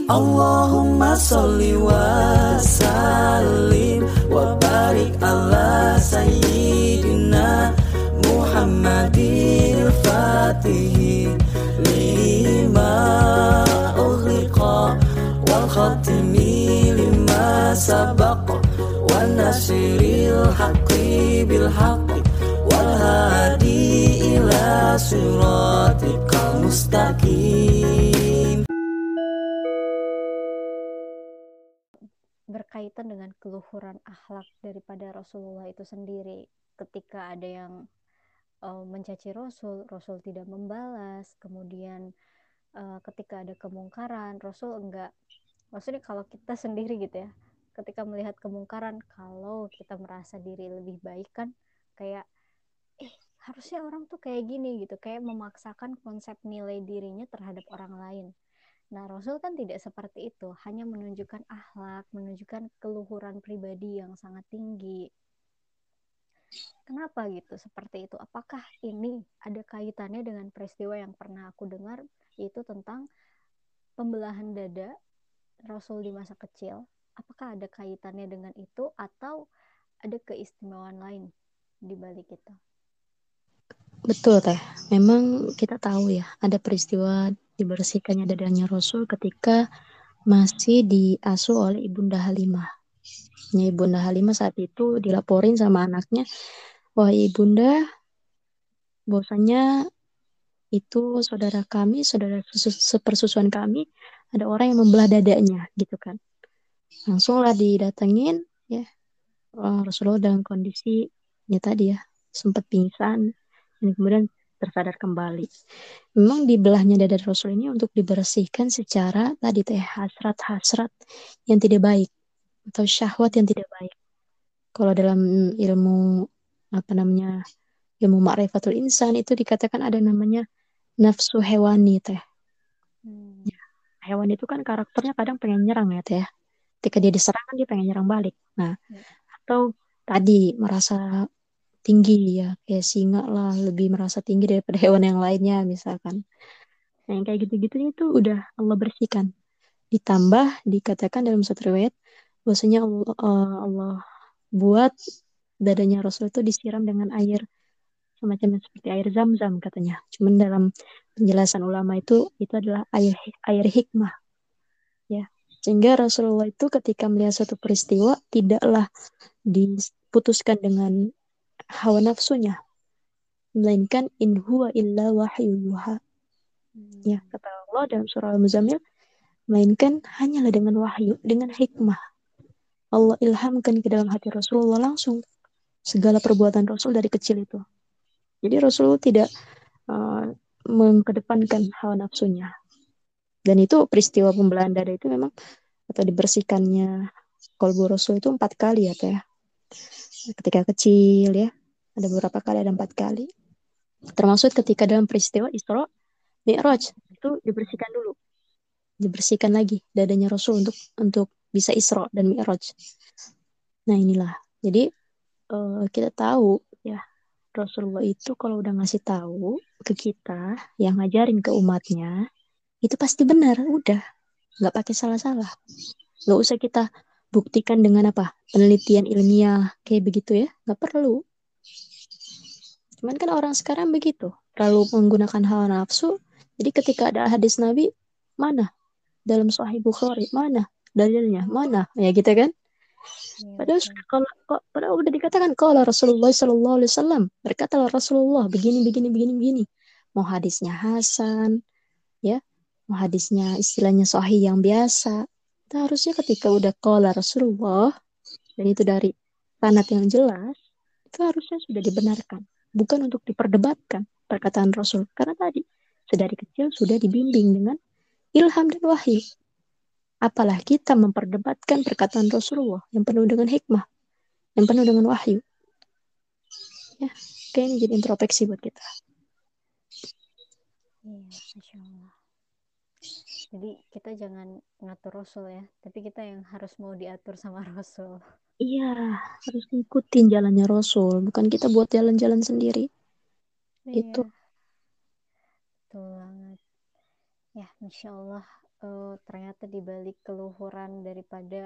Allahumma sholli wa sallim wa barik ala sayyidina Muhammadil Fatihi lima ughliqa wal khatimi lima sabaq wan nasiril haqqi bil haqqi wal hadi ila siratikal mustaqim. Berkaitan dengan keluhuran akhlak daripada Rasulullah itu sendiri. Ketika ada yang mencaci Rasul tidak membalas. Kemudian ketika ada kemungkaran, Rasul enggak. Maksudnya kalau kita sendiri gitu ya, ketika melihat kemungkaran, kalau kita merasa diri lebih baik kan, kayak harusnya orang tuh kayak gini gitu, kayak memaksakan konsep nilai dirinya terhadap orang lain. Nah, Rasul kan tidak seperti itu, hanya menunjukkan akhlak, menunjukkan keluhuran pribadi yang sangat tinggi. Kenapa gitu seperti itu? Apakah ini ada kaitannya dengan peristiwa yang pernah aku dengar, yaitu tentang pembelahan dada Rasul di masa kecil? Apakah ada kaitannya dengan itu atau ada keistimewaan lain di balik itu? Betul teh, memang kita tahu ya ada peristiwa dibersihkannya dadanya Rasul ketika masih diasuh oleh Ibunda Halimah. Ya, Ibunda Halimah saat itu dilaporin sama anaknya, wah Ibunda, bahwasanya itu saudara kami, saudara sepersusuan kami, ada orang yang membelah dadanya, gitu kan. Langsunglah didatengin, ya Rasulullah dalam kondisi ya tadi ya sempat pingsan dan kemudian tersadar kembali. Memang dibelahnya dada Rasul ini untuk dibersihkan secara tadi teh hasrat-hasrat yang tidak baik atau syahwat yang tidak baik. Kalau dalam ilmu apa namanya ilmu ma'rifatul insan itu dikatakan ada namanya nafsu hewani teh. Hmm. Hewan itu kan karakternya kadang pengen nyerang ya teh. Ketika dia Ya, diserang kan dia pengen nyerang balik. Nah, ya. atau tadi merasa tinggi ya kayak singa lah lebih merasa tinggi daripada hewan yang lainnya misalkan. Nah, yang kayak gitu-gitu itu udah Allah bersihkan. Ditambah dikatakan dalam satu riwayat bahwasanya Allah buat dadanya Rasul itu disiram dengan air semacam seperti air zam-zam katanya. Cuman dalam penjelasan ulama itu adalah air air hikmah ya. Sehingga Rasulullah itu ketika melihat suatu peristiwa tidaklah diputuskan dengan hawa nafsunya, melainkan in huwa illa wahyu yuha. Ya, Hmm. kata Allah dalam surah Al-Muzammil, melainkan hanyalah dengan wahyu, dengan hikmah. Allah ilhamkan ke dalam hati Rasulullah langsung segala perbuatan Rasul dari kecil itu. Jadi Rasulullah tidak uh, mengedepankan hawa nafsunya. Dan itu peristiwa pembelahan dada itu memang atau dibersihkannya kolbu Rasul itu 4 kali ya teh. Ketika kecil ya, ada beberapa kali, ada 4 kali. Termasuk ketika dalam peristiwa Isra Mi'raj itu dibersihkan dulu, dibersihkan lagi dadanya Rasul untuk bisa Isra dan Mi'raj. Nah inilah, jadi kita tahu ya Rasulullah itu kalau udah ngasih tahu ke kita, yang ngajarin ke umatnya, itu pasti benar, udah nggak pakai salah-salah, nggak usah kita buktikan dengan apa penelitian ilmiah kayak begitu ya, nggak perlu. Cuman kan orang sekarang begitu, terlalu menggunakan hawa nafsu. Jadi ketika ada hadis Nabi, mana dalam Sahih Bukhari, mana dalilnya, mana ya gitu kan? Iya, Padahal betul. sudah kalau padahal udah dikatakan kalau Rasulullah Shallallahu Alaihi Wasallam berkata Rasulullah begini begini begini begini. Mau hadisnya Hasan, ya, mau hadisnya istilahnya Sahih yang biasa. Kita harusnya ketika udah kalau Rasulullah dan itu dari sanad yang jelas, itu harusnya sudah dibenarkan, bukan untuk diperdebatkan perkataan Rasul. Karena tadi sedari kecil sudah dibimbing dengan ilham dan wahyu. Apalah kita memperdebatkan perkataan Rasulullah yang penuh dengan hikmah, yang penuh dengan wahyu. Ya, kayak ini jadi introspeksi buat kita. Iya, Masya Allah. Jadi kita jangan ngatur Rasul ya, tapi kita yang harus mau diatur sama Rasul. Iya, harus ngikutin jalannya Rasul, bukan kita buat jalan-jalan sendiri. Itu. Iya, betul banget. Ya, Masya Allah. ternyata di balik keluhuran daripada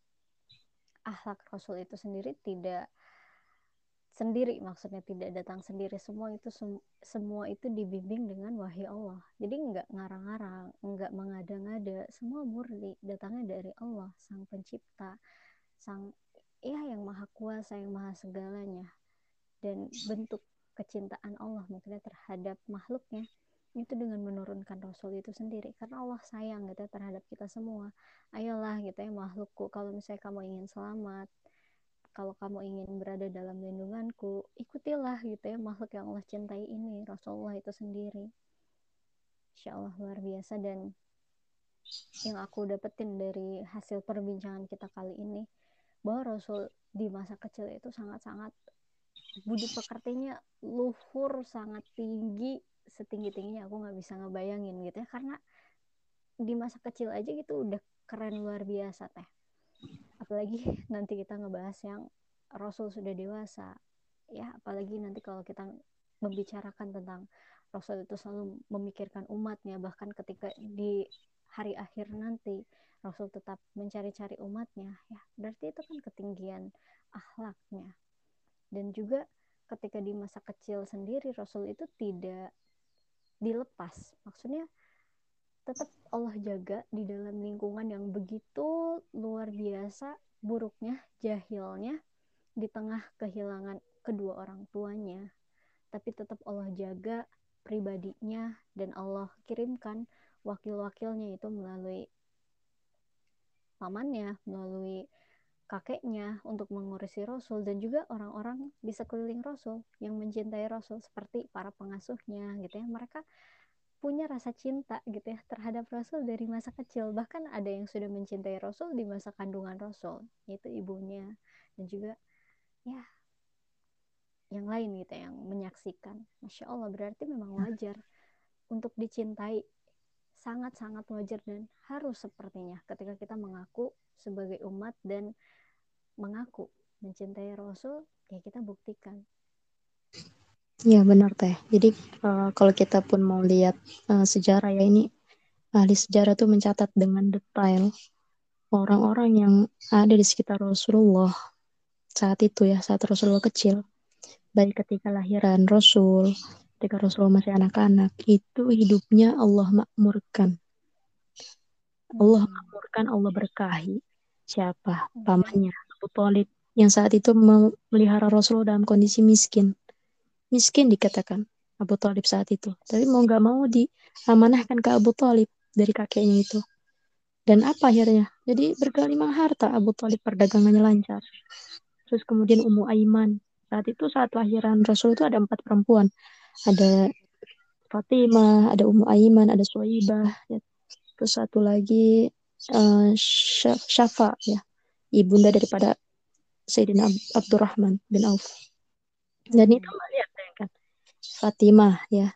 akhlak Rasul itu sendiri tidak sendiri, maksudnya tidak datang sendiri, semua itu dibimbing dengan wahyu Allah. Jadi nggak ngarang-ngarang, nggak mengada-ngada, semua murni datangnya dari Allah, sang pencipta, sang ya yang maha kuasa, yang maha segalanya. Dan bentuk kecintaan Allah mungkin terhadap makhluknya itu dengan menurunkan Rasul itu sendiri, karena Allah sayang gitu terhadap kita semua. Ayolah gitu ya makhlukku, kalau misalnya kamu ingin selamat, kalau kamu ingin berada dalam lindunganku, ikutilah gitu ya makhluk yang Allah cintai ini, Rasulullah itu sendiri. Insya Allah luar biasa. Dan yang aku dapetin dari hasil perbincangan kita kali ini, bahwa Rasul di masa kecil itu sangat-sangat budi pekertinya luhur, sangat tinggi, setinggi-tingginya aku nggak bisa ngebayangin gitu ya, karena di masa kecil aja gitu udah keren luar biasa teh, apalagi nanti kita ngebahas yang Rasul sudah dewasa ya, apalagi nanti kalau kita membicarakan tentang Rasul itu selalu memikirkan umatnya, bahkan ketika di hari akhir nanti Rasul tetap mencari-cari umatnya, ya berarti itu kan ketinggian akhlaknya. Dan juga ketika di masa kecil sendiri Rasul itu tidak dilepas, maksudnya tetap Allah jaga di dalam lingkungan yang begitu luar biasa buruknya, jahilnya, di tengah kehilangan kedua orang tuanya, tapi tetap Allah jaga pribadinya, dan Allah kirimkan wakil-wakilnya itu melalui pamannya, melalui kakeknya untuk mengurusi Rasul, dan juga orang-orang di sekeliling Rasul yang mencintai Rasul seperti para pengasuhnya gitu ya, mereka punya rasa cinta gitu ya terhadap Rasul dari masa kecil, bahkan ada yang sudah mencintai Rasul di masa kandungan Rasul, yaitu ibunya, dan juga ya yang lain gitu yang menyaksikan. Masya Allah, berarti memang wajar untuk dicintai, sangat-sangat wajar dan harus sepertinya ketika kita mengaku sebagai umat dan mengaku mencintai Rasul, ya kita buktikan. Ya benar teh. Jadi kalau kita pun mau lihat sejarah ya, ini ahli sejarah tuh mencatat dengan detail orang-orang yang ada di sekitar Rasulullah saat itu ya, saat Rasulullah kecil. Baik ketika lahiran Rasul, ketika Rasulullah masih anak-anak, itu hidupnya Allah makmurkan. Allah makmurkan, Allah berkahi. Siapa? Pamannya, Abu Thalib, yang saat itu memelihara Rasulullah dalam kondisi miskin. Miskin dikatakan Abu Thalib saat itu. Tapi mau gak mau diamanahkan ke Abu Thalib dari kakeknya itu. Dan apa akhirnya? Jadi bergelimang harta Abu Thalib, perdagangannya lancar. Terus kemudian Ummu Aiman. Saat itu saat lahiran Rasul itu ada 4 perempuan. Ada Fatimah, ada Ummu Aiman, ada Suwaibah. Ya. Terus satu lagi Syafa ya. Ibunda daripada Sayyidina Abdurrahman bin Auf. Dan itu lihat kan. Fatimah ya.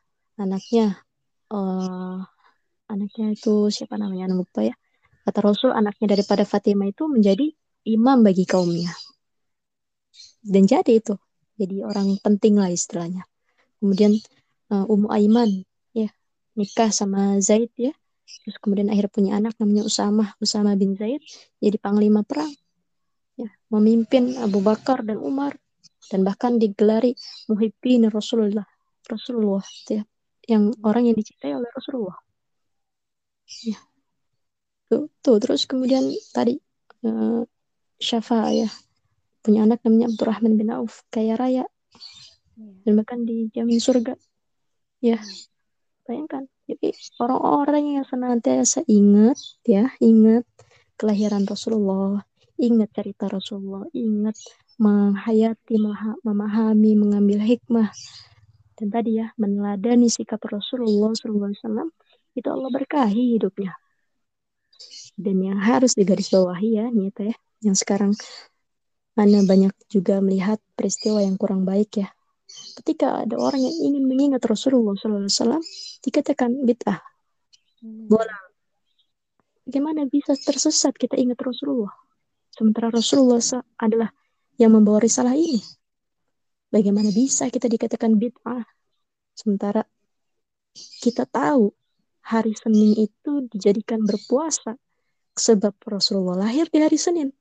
Anaknya itu siapa namanya? Lupa ya. Kata Rasul, anaknya daripada Fatimah itu menjadi imam bagi kaumnya. Dan jadi itu. Jadi orang penting lah istilahnya. Kemudian Ummu Aiman ya, nikah sama Zaid ya. Terus kemudian akhirnya punya anak namanya Usama bin Zaid, jadi panglima perang. Ya, memimpin Abu Bakar dan Umar, dan bahkan digelari muhibbin Rasulullah ya, yang orang yang dicintai oleh Rasulullah. Ya. Tuh, terus kemudian tadi Syafa ya, punya anak namanya Abdurrahman bin Auf, kaya raya, dan bahkan dijamin surga. Ya, bayangkan. Jadi orang-orang yang senantiasa ingat kelahiran Rasulullah, ingat cerita Rasulullah, ingat menghayati, memahami, mengambil hikmah, dan tadi ya meneladani sikap Rasulullah SAW, itu Allah berkahi hidupnya. Dan yang harus digarisbawahi ya, nih ya, yang sekarang Ana banyak juga melihat peristiwa yang kurang baik ya. Ketika ada orang yang ingin mengingat Rasulullah SAW, dikatakan bid'ah, bola. Bagaimana bisa tersesat kita ingat Rasulullah? Sementara Rasulullah adalah yang membawa risalah ini. Bagaimana bisa kita dikatakan bid'ah? Sementara kita tahu hari Senin itu dijadikan berpuasa sebab Rasulullah lahir di hari Senin.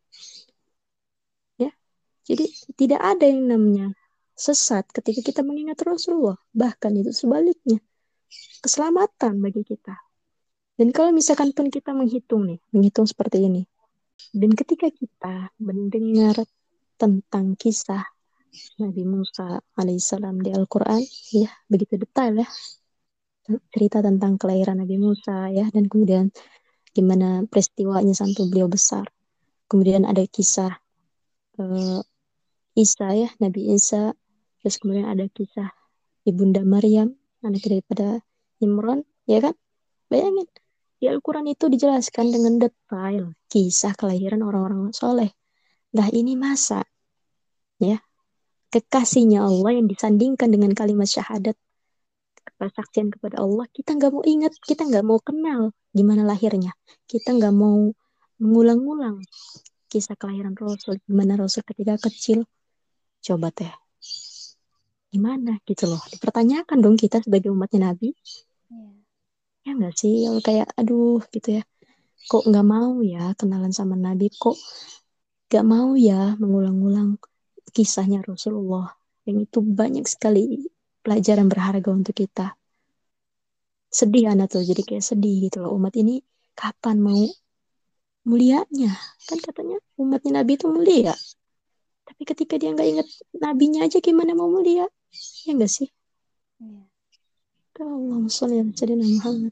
Ya, jadi tidak ada yang namanya sesat ketika kita mengingat Rasulullah. Bahkan itu sebaliknya, keselamatan bagi kita. Dan kalau misalkan pun kita menghitung seperti ini. Dan ketika kita mendengar tentang kisah Nabi Musa alaihissalam di Al-Quran, ya begitu detail ya, cerita tentang kelahiran Nabi Musa ya, dan kemudian gimana peristiwanya sampai beliau besar. Kemudian ada kisah eh, Isa ya, Nabi Isa. Terus kemudian ada kisah Ibunda Maryam, anak daripada Imran, ya kan? Bayangin, di Al-Quran itu dijelaskan dengan detail kisah kelahiran orang-orang soleh. Nah ini masa ya kekasihnya Allah yang disandingkan dengan kalimat syahadat, kesaksian kepada Allah, kita nggak mau ingat, kita nggak mau kenal gimana lahirnya, kita nggak mau mengulang-ulang kisah kelahiran Rasul, gimana Rasul ketika kecil. Coba teh, gimana gitu loh, dipertanyakan dong kita sebagai umatnya Nabi. Ya nggak sih, kayak aduh gitu ya, kok nggak mau ya kenalan sama Nabi, kok nggak mau ya mengulang-ulang kisahnya Rasulullah, yang itu banyak sekali pelajaran berharga untuk kita. Sedih anak tuh, jadi kayak sedih gitu loh, umat ini kapan mau mulianya? Kan katanya umatnya Nabi itu mulia, tapi ketika dia nggak ingat nabinya aja gimana mau mulia? Ya nggak sih? Allahumma sholli ala sayyidina Muhammad.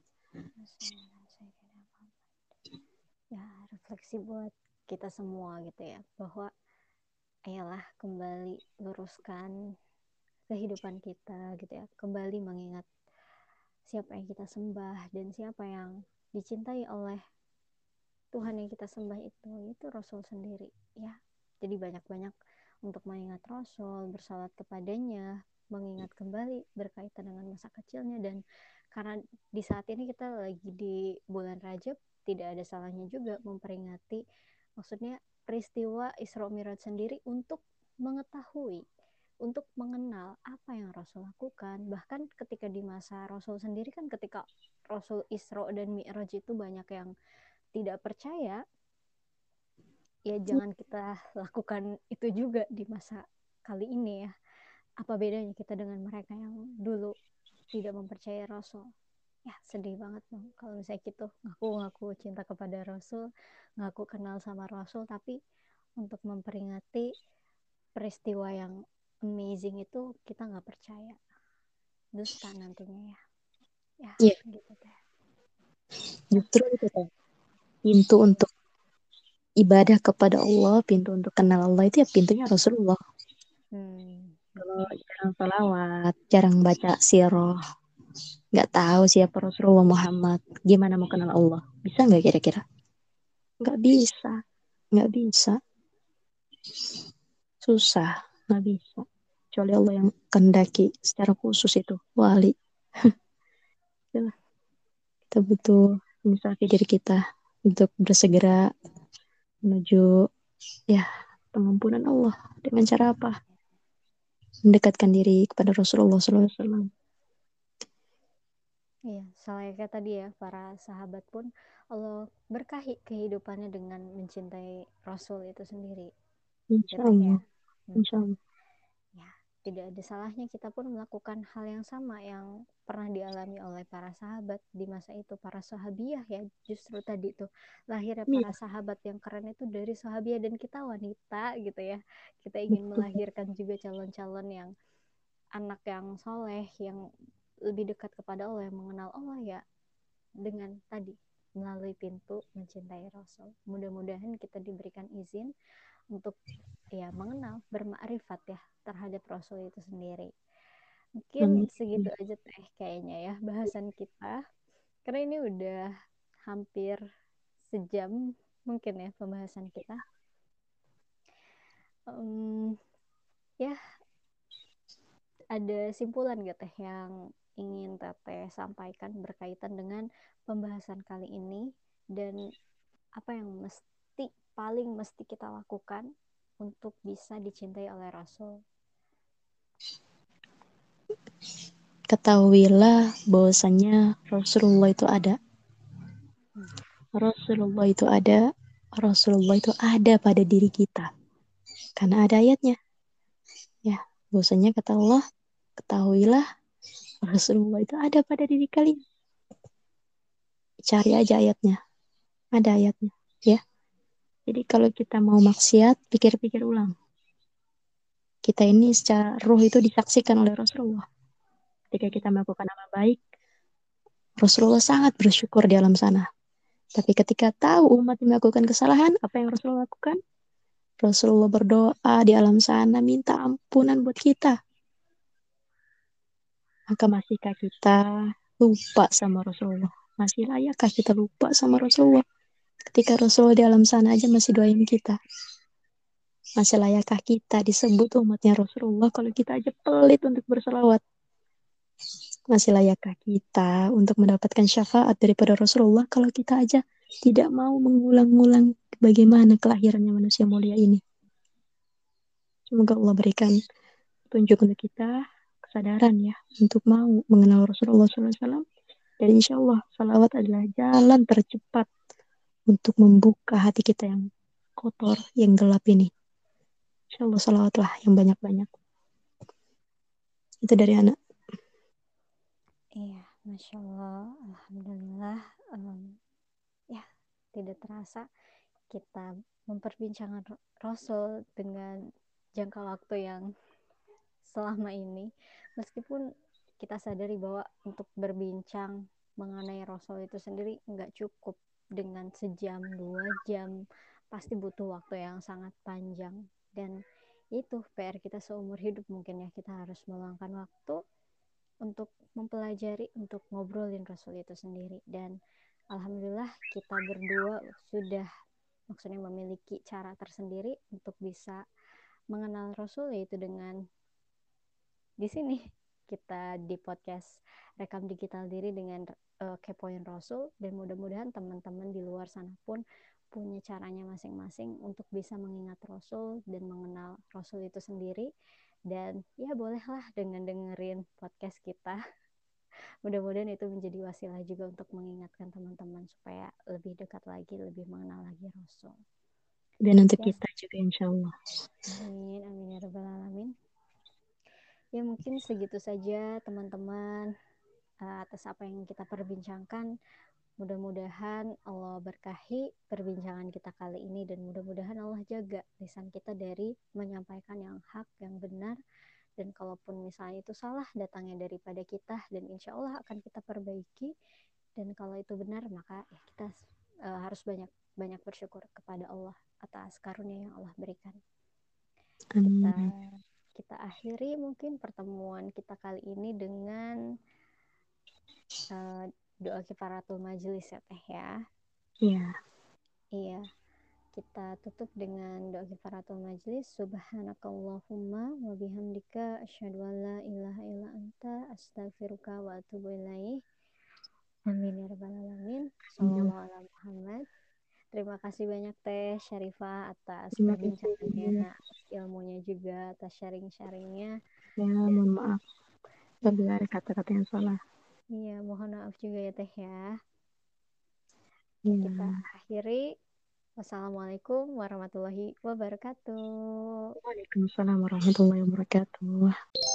Ya, refleksi buat kita semua gitu ya, bahwa ayolah kembali luruskan kehidupan kita gitu ya, kembali mengingat siapa yang kita sembah dan siapa yang dicintai oleh Tuhan yang kita sembah itu Rasul sendiri ya. Jadi banyak-banyak untuk mengingat Rasul, bersalat kepadanya, mengingat kembali berkaitan dengan masa kecilnya. Dan karena di saat ini kita lagi di bulan Rajab, tidak ada salahnya juga memperingati, maksudnya peristiwa Isra Mi'raj sendiri, untuk mengetahui, untuk mengenal apa yang Rasul lakukan. Bahkan ketika di masa Rasul sendiri kan, ketika Rasul Isra dan Mi'raj itu banyak yang tidak percaya, ya jangan kita lakukan itu juga di masa kali ini ya. Apa bedanya kita dengan mereka yang dulu tidak mempercayai Rasul? Ya sedih banget dong kalau misalnya gitu ngaku-ngaku cinta kepada Rasul, ngaku kenal sama Rasul, tapi untuk memperingati peristiwa yang amazing itu kita nggak percaya. Dusta nantinya ya. Ya Iya, gitu deh. justru itu kan pintu untuk ibadah kepada Allah, pintu untuk kenal Allah itu ya pintunya Rasulullah. Kalau jarang salawat, jarang baca sirah, nggak tahu siapa Rasulullah Muhammad, gimana mau kenal Allah? Bisa nggak kira-kira? Nggak bisa, nggak bisa, susah, nggak bisa. Kecuali Allah yang kehendaki secara khusus itu wali. Itulah, kita butuh menyesalkan diri kita untuk bersegera menuju ya pengampunan Allah dengan cara apa? Mendekatkan diri kepada Rasulullah SAW. Iya, kayak tadi ya, para sahabat pun Allah berkahi kehidupannya dengan mencintai Rasul itu sendiri. Insya Gitu ya. Allah, Insya Allah. Ya, tidak ada salahnya kita pun melakukan hal yang sama yang pernah dialami oleh para sahabat di masa itu, para sahabiah ya. Justru tadi tuh lahirnya para Iya, sahabat yang keren itu dari sahabiah, dan kita wanita gitu ya. Kita ingin betul. melahirkan juga calon-calon yang anak yang soleh, yang lebih dekat kepada Allah, yang mengenal Allah ya, dengan tadi melalui pintu mencintai Rasul. Mudah-mudahan kita diberikan izin untuk ya mengenal, bermakrifat ya terhadap Rasul itu sendiri. Mungkin Amin. segitu aja teh kayaknya ya bahasan kita, karena ini udah hampir sejam mungkin ya pembahasan kita. Ya, ada simpulan gak teh yang ingin teteh sampaikan berkaitan dengan pembahasan kali ini, dan apa yang paling mesti kita lakukan untuk bisa dicintai oleh Rasul? ketahuilah bahwasannya Rasulullah itu ada. Rasulullah itu ada. Rasulullah itu ada pada diri kita. Karena ada ayatnya. Ya, bahwasanya kata Allah, ketahuilah Rasulullah itu ada pada diri kalian. Cari aja ayatnya. Ada ayatnya. Ya. Jadi kalau kita mau maksiat, pikir-pikir ulang. Kita ini secara ruh itu disaksikan oleh Rasulullah. Ketika kita melakukan amal baik, Rasulullah sangat bersyukur di alam sana. Tapi ketika tahu umat melakukan kesalahan, apa yang Rasulullah lakukan? Rasulullah berdoa di alam sana, minta ampunan buat kita. Maka masihkah kita lupa sama Rasulullah? Masih layakkah kita lupa sama Rasulullah? Ketika Rasulullah di alam sana aja masih doain kita. Masih layakkah kita disebut umatnya Rasulullah kalau kita aja pelit untuk berselawat? Masih layakkah kita untuk mendapatkan syafaat daripada Rasulullah kalau kita aja tidak mau mengulang-ulang bagaimana kelahirannya manusia mulia ini? Semoga Allah berikan petunjuk untuk kita, kesadaran ya, untuk mau mengenal Rasulullah SAW. Dan insya Allah salawat adalah jalan tercepat untuk membuka hati kita yang kotor, yang gelap ini. Insya Allah salawatlah yang banyak-banyak. Itu dari anak. Iya, Masya Allah, Alhamdulillah. Ya, tidak terasa kita memperbincangkan Rasul dengan jangka waktu yang selama ini. Meskipun kita sadari bahwa untuk berbincang mengenai Rasul itu sendiri nggak cukup dengan sejam, 2 jam. Pasti butuh waktu yang sangat panjang. Dan itu PR kita seumur hidup mungkin ya. Kita harus meluangkan waktu untuk mempelajari, untuk ngobrolin Rasul itu sendiri. Dan alhamdulillah kita berdua sudah maksudnya memiliki cara tersendiri untuk bisa mengenal Rasul, yaitu dengan di sini kita di podcast Rekam Digital Diri dengan Kepoin Rasul. Dan mudah-mudahan teman-teman di luar sana pun punya caranya masing-masing untuk bisa mengingat Rasul dan mengenal Rasul itu sendiri. Dan ya bolehlah dengan dengerin podcast kita. Mudah-mudahan itu menjadi wasilah juga untuk mengingatkan teman-teman supaya lebih dekat lagi, lebih mengenal lagi Rasul. Dan untuk Ya, kita juga insya Allah. amin, amin ya rabbal alamin. Ya mungkin segitu saja teman-teman atas apa yang kita perbincangkan. Mudah-mudahan Allah berkahi perbincangan kita kali ini, dan mudah-mudahan Allah jaga lisan kita dari menyampaikan yang hak, yang benar. Dan kalaupun misalnya itu salah datangnya daripada kita, dan insya Allah akan kita perbaiki. Dan kalau itu benar, maka ya kita harus banyak bersyukur kepada Allah atas karunia yang Allah berikan. Kita akhiri mungkin pertemuan kita kali ini dengan doa kifaratul majelis ya Teh ya. Iya. Iya. Kita tutup dengan doa kifaratul majelis. Subhanakallahumma wa bihamdika asyhadu an la ilaha illa anta astaghfiruka wa atubu ilaih. Amin ya rabbal alamin. Sallallahu ala Muhammad. Terima kasih banyak Teh Syarifah atas perbincangannya, atas ilmunya juga, atas sharing-sharingnya. Ya, mohon maaf apabila ada kata-kata yang salah. Iya, mohon maaf juga ya Teh ya. Ya. Kita akhiri. Wassalamualaikum warahmatullahi wabarakatuh. Waalaikumsalam warahmatullahi wabarakatuh.